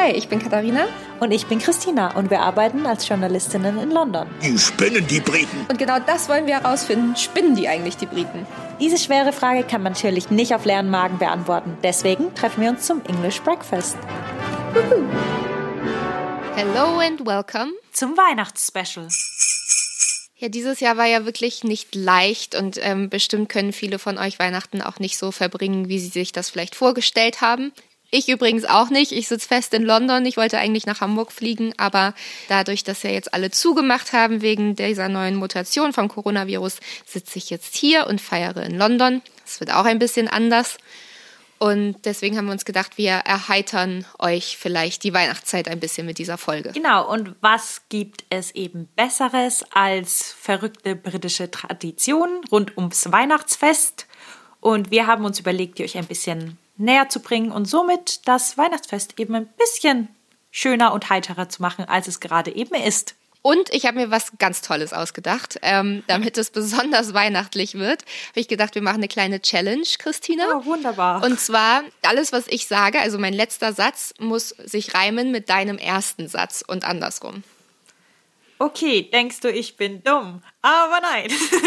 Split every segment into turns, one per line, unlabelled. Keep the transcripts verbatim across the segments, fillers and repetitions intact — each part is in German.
Hi, ich bin Katharina.
Und ich bin Christina und wir arbeiten als Journalistinnen in London.
Die spinnen, die Briten.
Und genau das wollen wir herausfinden. Spinnen die eigentlich, die Briten?
Diese schwere Frage kann man natürlich nicht auf leeren Magen beantworten. Deswegen treffen wir uns zum English Breakfast.
Juhu. Hello and welcome
zum Weihnachtsspecial.
Ja, dieses Jahr war ja wirklich nicht leicht und ähm, bestimmt können viele von euch Weihnachten auch nicht so verbringen, wie sie sich das vielleicht vorgestellt haben. Ich übrigens auch nicht. Ich sitze fest in London. Ich wollte eigentlich nach Hamburg fliegen, aber dadurch, dass ja jetzt alle zugemacht haben wegen dieser neuen Mutation vom Coronavirus, sitze ich jetzt hier und feiere in London. Das wird auch ein bisschen anders. Und deswegen haben wir uns gedacht, wir erheitern euch vielleicht die Weihnachtszeit ein bisschen mit dieser Folge.
Genau, und was gibt es eben Besseres als verrückte britische Traditionen rund ums Weihnachtsfest? Und wir haben uns überlegt, die euch ein bisschen näher zu bringen und somit das Weihnachtsfest eben ein bisschen schöner und heiterer zu machen, als es gerade eben ist.
Und ich habe mir was ganz Tolles ausgedacht, ähm, damit es besonders weihnachtlich wird. Habe ich gedacht, wir machen eine kleine Challenge, Christina.
Oh, wunderbar.
Und zwar, alles, was ich sage, also mein letzter Satz, muss sich reimen mit deinem ersten Satz und andersrum.
Okay, denkst du, ich bin dumm? Aber nein.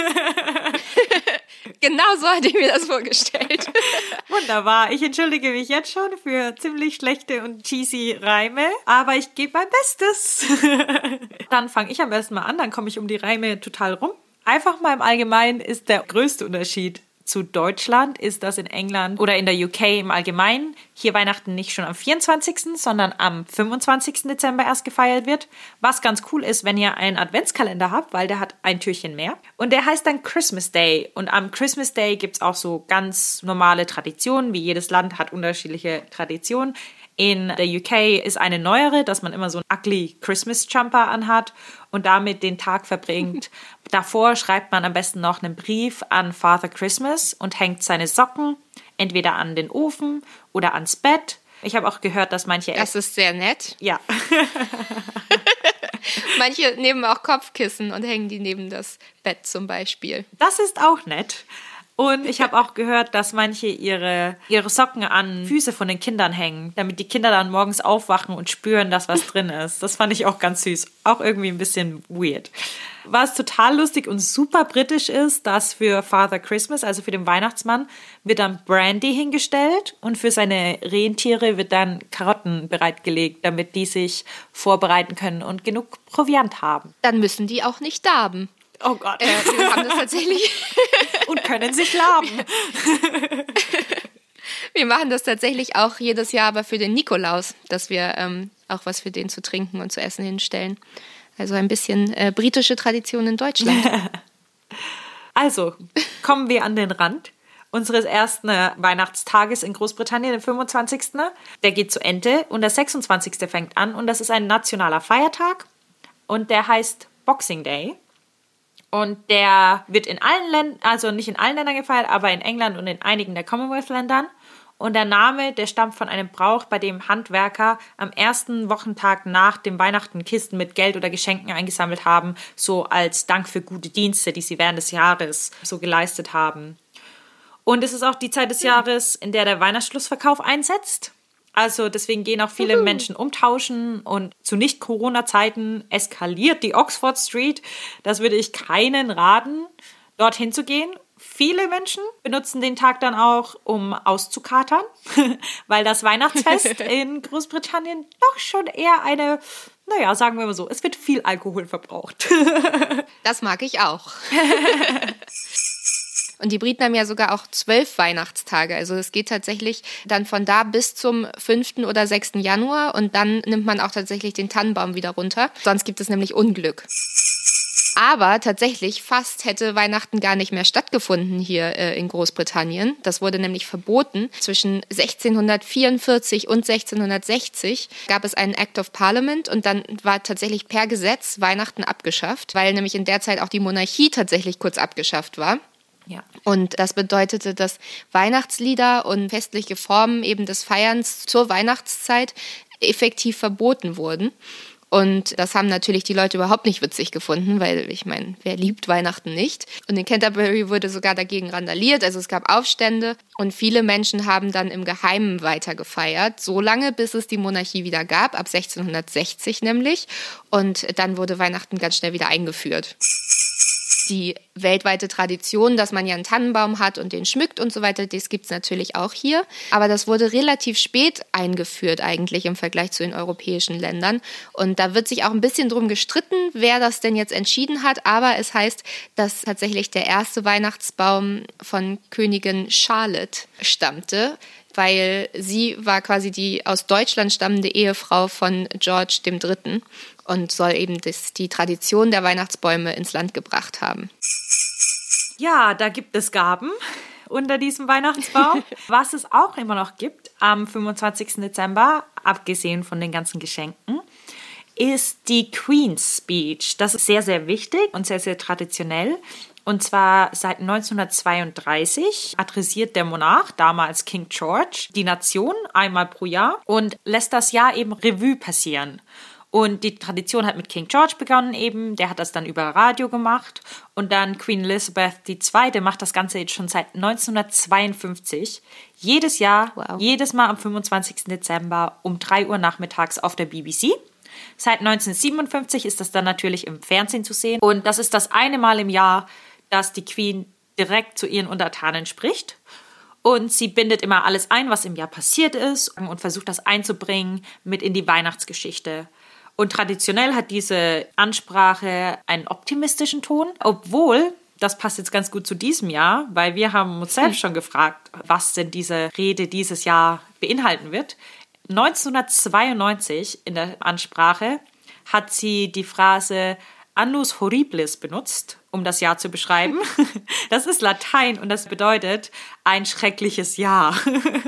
Genau so hatte ich mir das vorgestellt.
Wunderbar. Ich entschuldige mich jetzt schon für ziemlich schlechte und cheesy Reime, aber ich gebe mein Bestes. Dann fange ich am besten mal an, dann komme ich um die Reime total rum. Einfach mal im Allgemeinen ist der größte Unterschied zu Deutschland, ist, dass in England oder in der U K im Allgemeinen hier Weihnachten nicht schon am vierundzwanzigsten, sondern am fünfundzwanzigsten Dezember erst gefeiert wird. Was ganz cool ist, wenn ihr einen Adventskalender habt, weil der hat ein Türchen mehr. Und der heißt dann Christmas Day. Und am Christmas Day gibt es auch so ganz normale Traditionen, wie jedes Land hat unterschiedliche Traditionen. In der U K ist eine neuere, dass man immer so einen ugly Christmas Jumper anhat und damit den Tag verbringt. Davor schreibt man am besten noch einen Brief an Father Christmas und hängt seine Socken entweder an den Ofen oder ans Bett. Ich habe auch gehört, dass manche...
Das ist sehr nett.
Ja.
Manche nehmen auch Kopfkissen und hängen die neben das Bett zum Beispiel.
Das ist auch nett. Und ich habe auch gehört, dass manche ihre, ihre Socken an Füße von den Kindern hängen, damit die Kinder dann morgens aufwachen und spüren, dass was drin ist. Das fand ich auch ganz süß. Auch irgendwie ein bisschen weird. Was total lustig und super britisch ist, dass für Father Christmas, also für den Weihnachtsmann, wird dann Brandy hingestellt und für seine Rentiere wird dann Karotten bereitgelegt, damit die sich vorbereiten können und genug Proviant haben.
Dann müssen die auch nicht darben.
Oh Gott.
Äh, wir haben das tatsächlich...
Und können sich laben.
Wir machen das tatsächlich auch jedes Jahr, aber für den Nikolaus, dass wir ähm, auch was für den zu trinken und zu essen hinstellen. Also ein bisschen äh, britische Tradition in Deutschland.
Also, kommen wir an den Rand unseres ersten Weihnachtstages in Großbritannien, den fünfundzwanzigsten Der geht zu Ende und der sechsundzwanzigste fängt an und das ist ein nationaler Feiertag und der heißt Boxing Day. Und der wird in allen Ländern, also nicht in allen Ländern gefeiert, aber in England und in einigen der Commonwealth-Ländern. Und der Name, der stammt von einem Brauch, bei dem Handwerker am ersten Wochentag nach dem Weihnachten Kisten mit Geld oder Geschenken eingesammelt haben, so als Dank für gute Dienste, die sie während des Jahres so geleistet haben. Und es ist auch die Zeit des Jahres, in der der Weihnachtsschlussverkauf einsetzt. Also deswegen gehen auch viele Uhu. Menschen umtauschen und zu Nicht-Corona-Zeiten eskaliert die Oxford Street. Das würde ich keinen raten, dorthin zu gehen. Viele Menschen benutzen den Tag dann auch, um auszukatern, weil das Weihnachtsfest in Großbritannien doch schon eher eine, naja, sagen wir mal so, es wird viel Alkohol verbraucht.
Das mag ich auch. Und die Briten haben ja sogar auch zwölf Weihnachtstage. Also es geht tatsächlich dann von da bis zum fünften oder sechsten Januar und dann nimmt man auch tatsächlich den Tannenbaum wieder runter. Sonst gibt es nämlich Unglück. Aber tatsächlich, fast hätte Weihnachten gar nicht mehr stattgefunden hier äh, in Großbritannien. Das wurde nämlich verboten. Zwischen sechzehnhundertvierundvierzig und sechzehnhundertsechzig gab es einen Act of Parliament und dann war tatsächlich per Gesetz Weihnachten abgeschafft, weil nämlich in der Zeit auch die Monarchie tatsächlich kurz abgeschafft war.
Ja.
Und das bedeutete, dass Weihnachtslieder und festliche Formen eben des Feierns zur Weihnachtszeit effektiv verboten wurden. Und das haben natürlich die Leute überhaupt nicht witzig gefunden, weil ich meine, wer liebt Weihnachten nicht? Und in Canterbury wurde sogar dagegen randaliert, also es gab Aufstände und viele Menschen haben dann im Geheimen weiter gefeiert, so lange, bis es die Monarchie wieder gab, ab sechzehnhundertsechzig nämlich. Und dann wurde Weihnachten ganz schnell wieder eingeführt. Die weltweite Tradition, dass man ja einen Tannenbaum hat und den schmückt und so weiter, das gibt es natürlich auch hier. Aber das wurde relativ spät eingeführt eigentlich im Vergleich zu den europäischen Ländern. Und da wird sich auch ein bisschen drum gestritten, wer das denn jetzt entschieden hat. Aber es heißt, dass tatsächlich der erste Weihnachtsbaum von Königin Charlotte stammte, weil sie war quasi die aus Deutschland stammende Ehefrau von George der Dritte. Und soll eben das, die Tradition der Weihnachtsbäume ins Land gebracht haben.
Ja, da gibt es Gaben unter diesem Weihnachtsbaum. Was es auch immer noch gibt am fünfundzwanzigsten Dezember, abgesehen von den ganzen Geschenken, ist die Queen's Speech. Das ist sehr, sehr wichtig und sehr, sehr traditionell. Und zwar seit neunzehnhundertzweiunddreißig adressiert der Monarch, damals King George, die Nation einmal pro Jahr und lässt das Jahr eben Revue passieren. Und die Tradition hat mit King George begonnen eben, der hat das dann über Radio gemacht. Und dann Queen Elizabeth die Zweite macht das Ganze jetzt schon seit neunzehnhundertzweiundfünfzig. Jedes Jahr, wow. jedes Mal am fünfundzwanzigsten Dezember um drei Uhr nachmittags auf der B B C. Seit neunzehnhundertsiebenundfünfzig ist das dann natürlich im Fernsehen zu sehen. Und das ist das eine Mal im Jahr, dass die Queen direkt zu ihren Untertanen spricht. Und sie bindet immer alles ein, was im Jahr passiert ist und versucht das einzubringen mit in die Weihnachtsgeschichte. Und traditionell hat diese Ansprache einen optimistischen Ton, obwohl, das passt jetzt ganz gut zu diesem Jahr, weil wir haben uns selbst schon gefragt, was denn diese Rede dieses Jahr beinhalten wird. neunzehnhundertzweiundneunzig in der Ansprache hat sie die Phrase Annus Horribilis benutzt, um das Jahr zu beschreiben. Das ist Latein und das bedeutet ein schreckliches Jahr.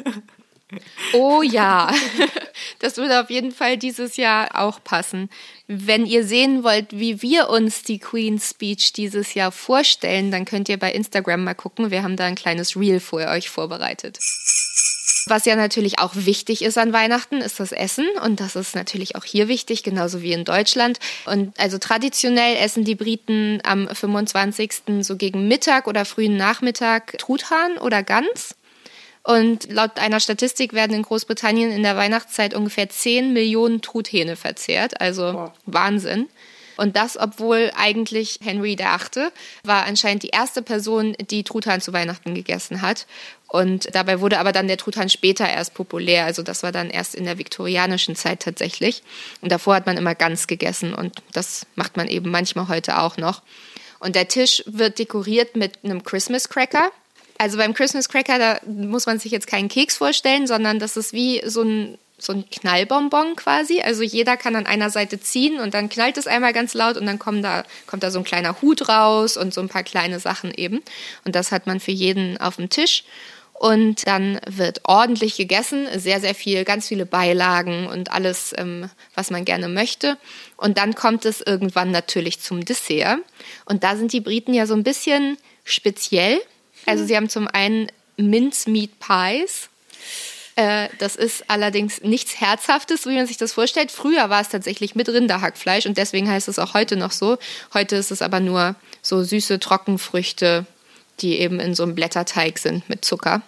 Oh ja, das würde auf jeden Fall dieses Jahr auch passen. Wenn ihr sehen wollt, wie wir uns die Queen's Speech dieses Jahr vorstellen, dann könnt ihr bei Instagram mal gucken. Wir haben da ein kleines Reel für euch vorbereitet. Was ja natürlich auch wichtig ist an Weihnachten, ist das Essen. Und das ist natürlich auch hier wichtig, genauso wie in Deutschland. Und also traditionell essen die Briten am fünfundzwanzigsten so gegen Mittag oder frühen Nachmittag Truthahn oder Gans. Und laut einer Statistik werden in Großbritannien in der Weihnachtszeit ungefähr zehn Millionen Truthähne verzehrt. Also wow. Wahnsinn. Und das, obwohl eigentlich Henry der Achte war anscheinend die erste Person, die Truthahn zu Weihnachten gegessen hat. Und dabei wurde aber dann der Truthahn später erst populär. Also das war dann erst in der viktorianischen Zeit tatsächlich. Und davor hat man immer Gans gegessen. Und das macht man eben manchmal heute auch noch. Und der Tisch wird dekoriert mit einem Christmas Cracker. Also beim Christmas Cracker, da muss man sich jetzt keinen Keks vorstellen, sondern das ist wie so ein, so ein Knallbonbon quasi. Also jeder kann an einer Seite ziehen und dann knallt es einmal ganz laut und dann kommt da, kommt da so ein kleiner Hut raus und so ein paar kleine Sachen eben. Und das hat man für jeden auf dem Tisch. Und dann wird ordentlich gegessen, sehr, sehr viel, ganz viele Beilagen und alles, ähm, was man gerne möchte. Und dann kommt es irgendwann natürlich zum Dessert. Und da sind die Briten ja so ein bisschen speziell. Also sie haben zum einen Mincemeat Pies. Äh, das ist allerdings nichts Herzhaftes, wie man sich das vorstellt. Früher war es tatsächlich mit Rinderhackfleisch und deswegen heißt es auch heute noch so. Heute ist es aber nur so süße Trockenfrüchte, die eben in so einem Blätterteig sind mit Zucker.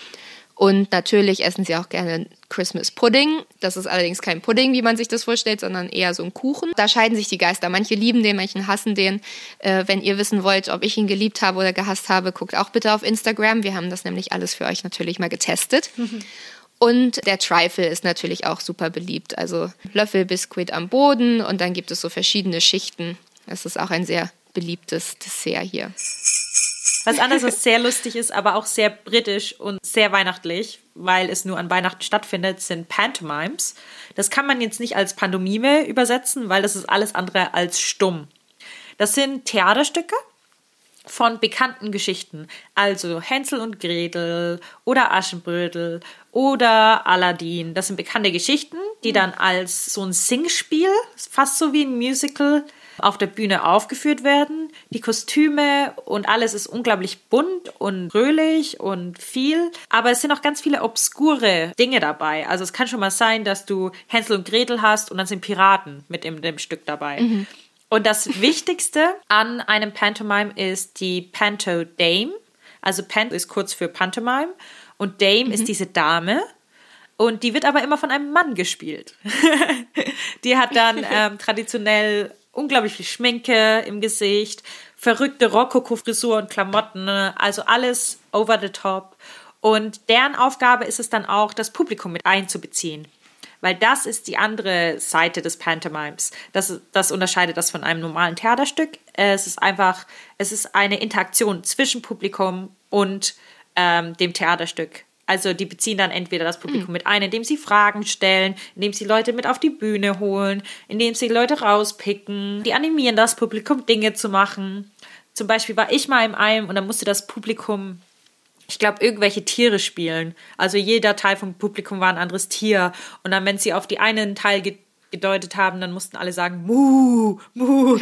Und natürlich essen sie auch gerne Christmas Pudding. Das ist allerdings kein Pudding, wie man sich das vorstellt, sondern eher so ein Kuchen. Da scheiden sich die Geister. Manche lieben den, manche hassen den. Äh, wenn ihr wissen wollt, ob ich ihn geliebt habe oder gehasst habe, guckt auch bitte auf Instagram. Wir haben das nämlich alles für euch natürlich mal getestet. Mhm. Und der Trifle ist natürlich auch super beliebt. Also Löffelbiskuit am Boden und dann gibt es so verschiedene Schichten. Das ist auch ein sehr beliebtes Dessert hier.
Was anderes, was sehr lustig ist, aber auch sehr britisch und sehr weihnachtlich, weil es nur an Weihnachten stattfindet, sind Pantomimes. Das kann man jetzt nicht als Pantomime übersetzen, weil das ist alles andere als stumm. Das sind Theaterstücke von bekannten Geschichten. Also Hänsel und Gretel oder Aschenbrödel oder Aladdin. Das sind bekannte Geschichten, die dann als so ein Singspiel, fast so wie ein Musical, auf der Bühne aufgeführt werden. Die Kostüme und alles ist unglaublich bunt und fröhlich und viel. Aber es sind auch ganz viele obskure Dinge dabei. Also es kann schon mal sein, dass du Hänsel und Gretel hast und dann sind Piraten mit in dem Stück dabei. Mhm. Und das Wichtigste an einem Pantomime ist die Panto-Dame. Also Panto ist kurz für Pantomime und Dame mhm. ist diese Dame. Und die wird aber immer von einem Mann gespielt. Die hat dann ähm, traditionell unglaublich viel Schminke im Gesicht, verrückte Rokoko-Frisur und Klamotten, also alles over the top. Und deren Aufgabe ist es dann auch, das Publikum mit einzubeziehen. Weil das ist die andere Seite des Pantomimes. Das, das unterscheidet das von einem normalen Theaterstück. Es ist einfach, es ist eine Interaktion zwischen Publikum und ähm, dem Theaterstück. Also die beziehen dann entweder das Publikum mhm. mit ein, indem sie Fragen stellen, indem sie Leute mit auf die Bühne holen, indem sie Leute rauspicken. Die animieren das Publikum, Dinge zu machen. Zum Beispiel war ich mal im einem und dann musste das Publikum, ich glaube, irgendwelche Tiere spielen. Also jeder Teil vom Publikum war ein anderes Tier. Und dann, wenn sie auf die einen Teil ge- gedeutet haben, dann mussten alle sagen, Mu, Mu.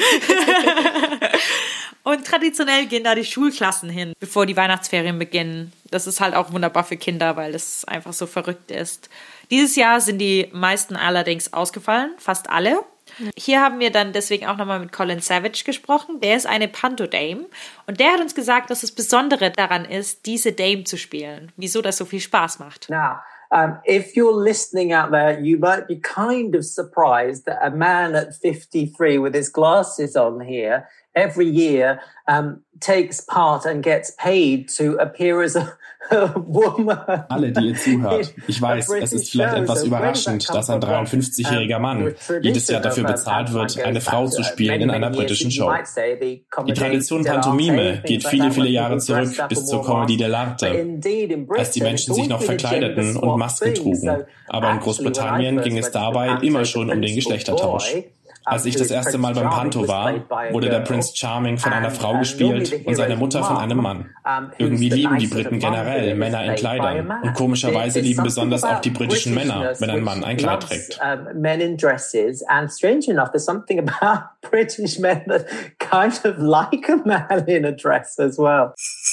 Und traditionell gehen da die Schulklassen hin, bevor die Weihnachtsferien beginnen. Das ist halt auch wunderbar für Kinder, weil das einfach so verrückt ist. Dieses Jahr sind die meisten allerdings ausgefallen, fast alle. Hier haben wir dann deswegen auch nochmal mit Colin Savage gesprochen. Der ist eine Panto-Dame und der hat uns gesagt, dass das Besondere daran ist, diese Dame zu spielen. Wieso das so viel Spaß macht.
Now, um, if you're listening out there, you might be kind of surprised that a man at fifty-three with his glasses on here every year um, takes part and gets paid to appear as a, a woman.
Alle, die ihr zuhört. Ich weiß, es ist vielleicht etwas überraschend, dass ein dreiundfünfzigjähriger Mann jedes Jahr dafür bezahlt wird, eine Frau zu spielen in einer britischen Show. Die Tradition Pantomime geht viele, viele Jahre zurück bis zur Comedy dell'arte, als die Menschen sich noch verkleideten und Masken trugen. Aber in Großbritannien ging es dabei immer schon um den Geschlechtertausch. Als ich das erste Mal beim Panto war, wurde der Prince Charming von einer Frau gespielt und seine Mutter von einem Mann. Irgendwie lieben die Briten generell Männer in Kleidern. Und komischerweise lieben besonders auch die britischen Männer, wenn ein Mann ein Kleid trägt.
Men in dresses, and strange enough, there's something about British men that kind of like a man in a dress as well.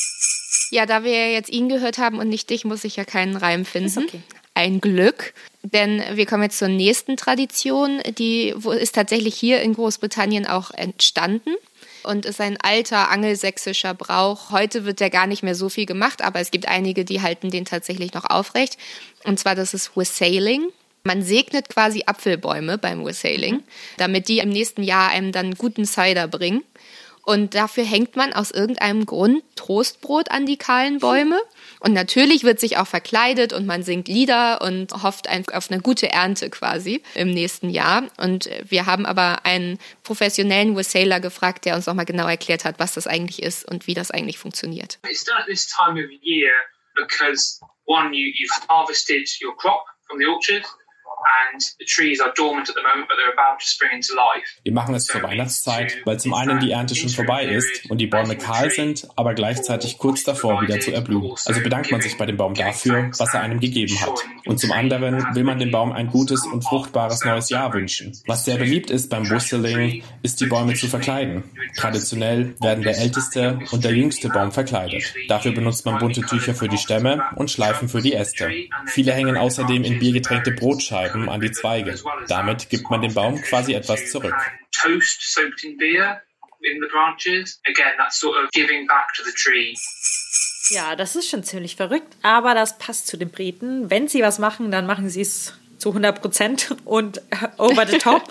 Ja, da wir ja jetzt ihn gehört haben und nicht dich, muss ich ja keinen Reim finden.
Ist okay.
Ein Glück, denn wir kommen jetzt zur nächsten Tradition, die ist tatsächlich hier in Großbritannien auch entstanden und ist ein alter angelsächsischer Brauch. Heute wird der gar nicht mehr so viel gemacht, aber es gibt einige, die halten den tatsächlich noch aufrecht. Und zwar, das ist Wassailing. Man segnet quasi Apfelbäume beim Wassailing, damit die im nächsten Jahr einem dann guten Cider bringen. Und dafür hängt man aus irgendeinem Grund Toastbrot an die kahlen Bäume. Und natürlich wird sich auch verkleidet und man singt Lieder und hofft auf eine gute Ernte quasi im nächsten Jahr. Und wir haben aber einen professionellen Wassailer gefragt, der uns nochmal genau erklärt hat, was das eigentlich ist und wie das eigentlich funktioniert.
It's done at this time of year because one, you, you've harvested your crop from the orchard. And the trees are dormant at the moment, but they're about to spring into life.
Wir machen es zur Weihnachtszeit, weil zum einen die Ernte schon vorbei ist und die Bäume kahl sind, aber gleichzeitig kurz davor wieder zu erblühen. Also bedankt man sich bei dem Baum dafür, was er einem gegeben hat. Und zum anderen will man dem Baum ein gutes und fruchtbares neues Jahr wünschen. Was sehr beliebt ist beim Wassailing, ist die Bäume zu verkleiden. Traditionell werden der älteste und der jüngste Baum verkleidet. Dafür benutzt man bunte Tücher für die Stämme und Schleifen für die Äste. Viele hängen außerdem in Bier getränkte Brotscheiben an die Zweige. Damit gibt man dem Baum quasi etwas zurück.
Toast soaked in beer in the branches. Again, that's sort of giving back to the tree.
Ja, das ist schon ziemlich verrückt, aber das passt zu den Briten. Wenn sie was machen, dann machen sie es zu hundert Prozent und over the top.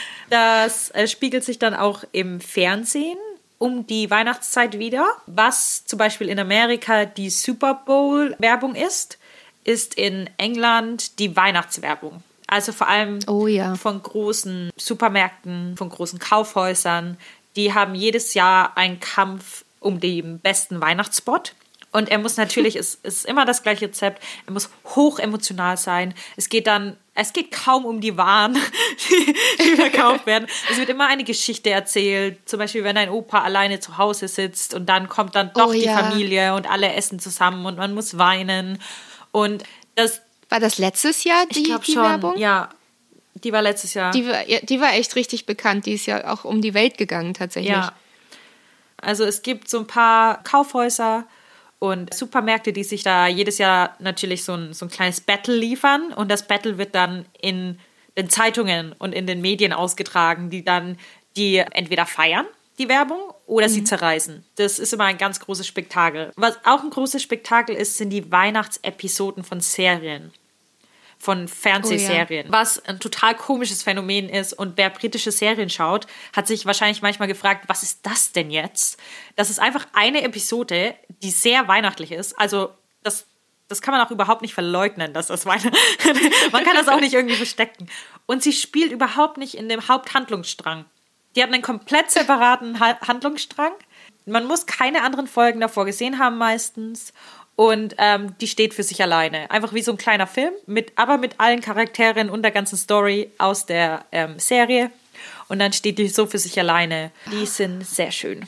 Das äh, spiegelt sich dann auch im Fernsehen um die Weihnachtszeit wieder. Was zum Beispiel in Amerika die Super Bowl-Werbung ist, ist in England die Weihnachtswerbung. Also vor allem
oh, ja.
von großen Supermärkten, von großen Kaufhäusern. Die haben jedes Jahr einen Kampf um den besten Weihnachtsspot. Und er muss natürlich, es ist immer das gleiche Rezept, er muss hoch emotional sein. Es geht dann, es geht kaum um die Waren, die verkauft werden. Es wird immer eine Geschichte erzählt. Zum Beispiel, wenn ein Opa alleine zu Hause sitzt und dann kommt dann doch
oh,
die
ja.
Familie und alle essen zusammen und man muss weinen. Und das
war das letztes Jahr die,
ich glaub
die
schon,
Werbung?
Ja. Die war letztes Jahr.
Die war, die war echt richtig bekannt. Die ist ja auch um die Welt gegangen tatsächlich.
Ja. Also es gibt so ein paar Kaufhäuser und Supermärkte, die sich da jedes Jahr natürlich so ein, so ein kleines Battle liefern. Und das Battle wird dann in den Zeitungen und in den Medien ausgetragen, die dann die entweder feiern, die Werbung, oder mhm. sie zerreißen. Das ist immer ein ganz großes Spektakel. Was auch ein großes Spektakel ist, sind die Weihnachtsepisoden von Serien. Von Fernsehserien, oh ja. was ein total komisches Phänomen ist. Und wer britische Serien schaut, hat sich wahrscheinlich manchmal gefragt, was ist das denn jetzt? Das ist einfach eine Episode, die sehr weihnachtlich ist. Also das, das kann man auch überhaupt nicht verleugnen, dass das Weihnachten. Man kann das auch nicht irgendwie verstecken. Und sie spielt überhaupt nicht in dem Haupthandlungsstrang. Die hat einen komplett separaten ha- Handlungsstrang. Man muss keine anderen Folgen davor gesehen haben meistens. Und ähm, die steht für sich alleine. Einfach wie so ein kleiner Film, mit, aber mit allen Charakteren und der ganzen Story aus der ähm, Serie. Und dann steht die so für sich alleine. Die sind sehr schön.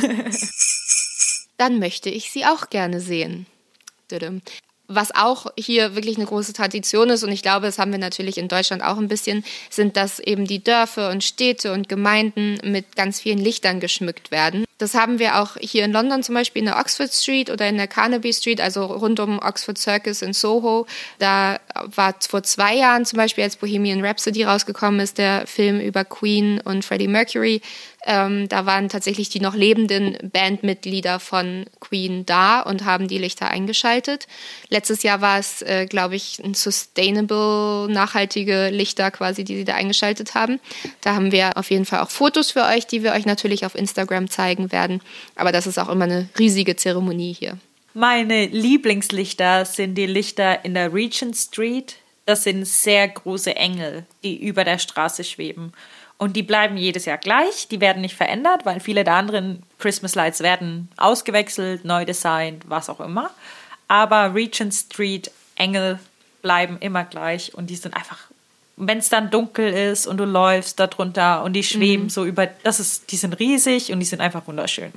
Dann möchte ich sie auch gerne sehen. Was auch hier wirklich eine große Tradition ist, und ich glaube, das haben wir natürlich in Deutschland auch ein bisschen, sind, dass eben die Dörfer und Städte und Gemeinden mit ganz vielen Lichtern geschmückt werden. Das haben wir auch hier in London zum Beispiel in der Oxford Street oder in der Carnaby Street, also rund um Oxford Circus in Soho. Da war vor zwei Jahren zum Beispiel, als Bohemian Rhapsody rausgekommen ist, der Film über Queen und Freddie Mercury, Ähm, da waren tatsächlich die noch lebenden Bandmitglieder von Queen da und haben die Lichter eingeschaltet. Letztes Jahr war es, äh, glaube ich, ein sustainable, nachhaltige Lichter quasi, die sie da eingeschaltet haben. Da haben wir auf jeden Fall auch Fotos für euch, die wir euch natürlich auf Instagram zeigen werden. Aber das ist auch immer eine riesige Zeremonie hier.
Meine Lieblingslichter sind die Lichter in der Regent Street. Das sind sehr große Engel, die über der Straße schweben. Und die bleiben jedes Jahr gleich, die werden nicht verändert, weil viele der anderen Christmas Lights werden ausgewechselt, neu designt, was auch immer. Aber Regent Street Engel bleiben immer gleich und die sind einfach, wenn es dann dunkel ist und du läufst da drunter und die schweben mhm. so über, das ist, die sind riesig und die sind einfach wunderschön.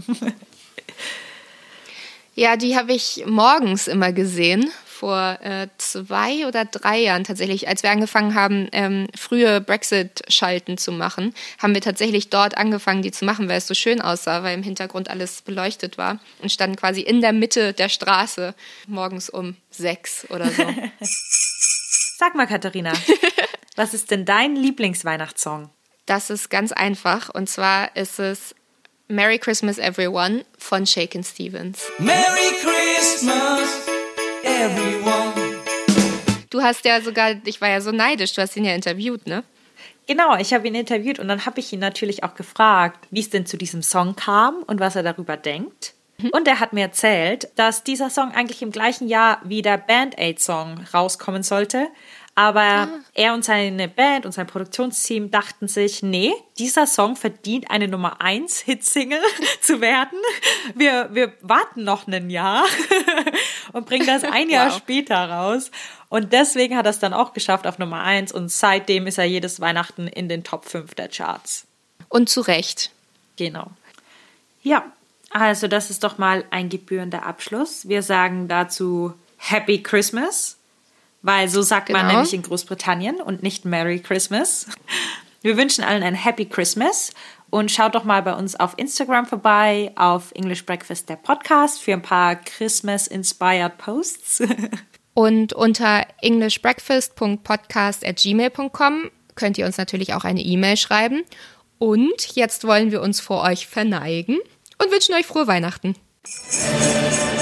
Ja, die habe ich morgens immer gesehen. Vor äh, zwei oder drei Jahren tatsächlich, als wir angefangen haben, ähm, frühe Brexit-Schalten zu machen, haben wir tatsächlich dort angefangen, die zu machen, weil es so schön aussah, weil im Hintergrund alles beleuchtet war und standen quasi in der Mitte der Straße morgens um sechs oder so.
Sag mal, Katharina, was ist denn dein Lieblingsweihnachtssong?
Das ist ganz einfach und zwar ist es Merry Christmas Everyone von Shakin' Stevens.
Merry Christmas Everyone.
Du hast ja sogar, ich war ja so neidisch, du hast ihn ja interviewt, ne?
Genau, ich habe ihn interviewt und dann habe ich ihn natürlich auch gefragt, wie es denn zu diesem Song kam und was er darüber denkt. Mhm. Und er hat mir erzählt, dass dieser Song eigentlich im gleichen Jahr wie der Band-Aid-Song rauskommen sollte. Aber ah. er und seine Band und sein Produktionsteam dachten sich, nee, dieser Song verdient eine Nummer eins Hitsingle zu werden. Wir, wir warten noch ein Jahr und bringen das ein Jahr wow. später raus. Und deswegen hat er es dann auch geschafft auf Nummer eins und seitdem ist er jedes Weihnachten in den Top fünf der Charts.
Und zu Recht.
Genau. Ja, also das ist doch mal ein gebührender Abschluss. Wir sagen dazu Happy Christmas. Weil so sagt genau. man nämlich in Großbritannien und nicht Merry Christmas. Wir wünschen allen ein Happy Christmas und schaut doch mal bei uns auf Instagram vorbei, auf English Breakfast, der Podcast, für ein paar Christmas-inspired Posts.
Und unter englishbreakfast punkt podcast at gmail punkt com könnt ihr uns natürlich auch eine E-Mail schreiben. Und jetzt wollen wir uns vor euch verneigen und wünschen euch frohe Weihnachten.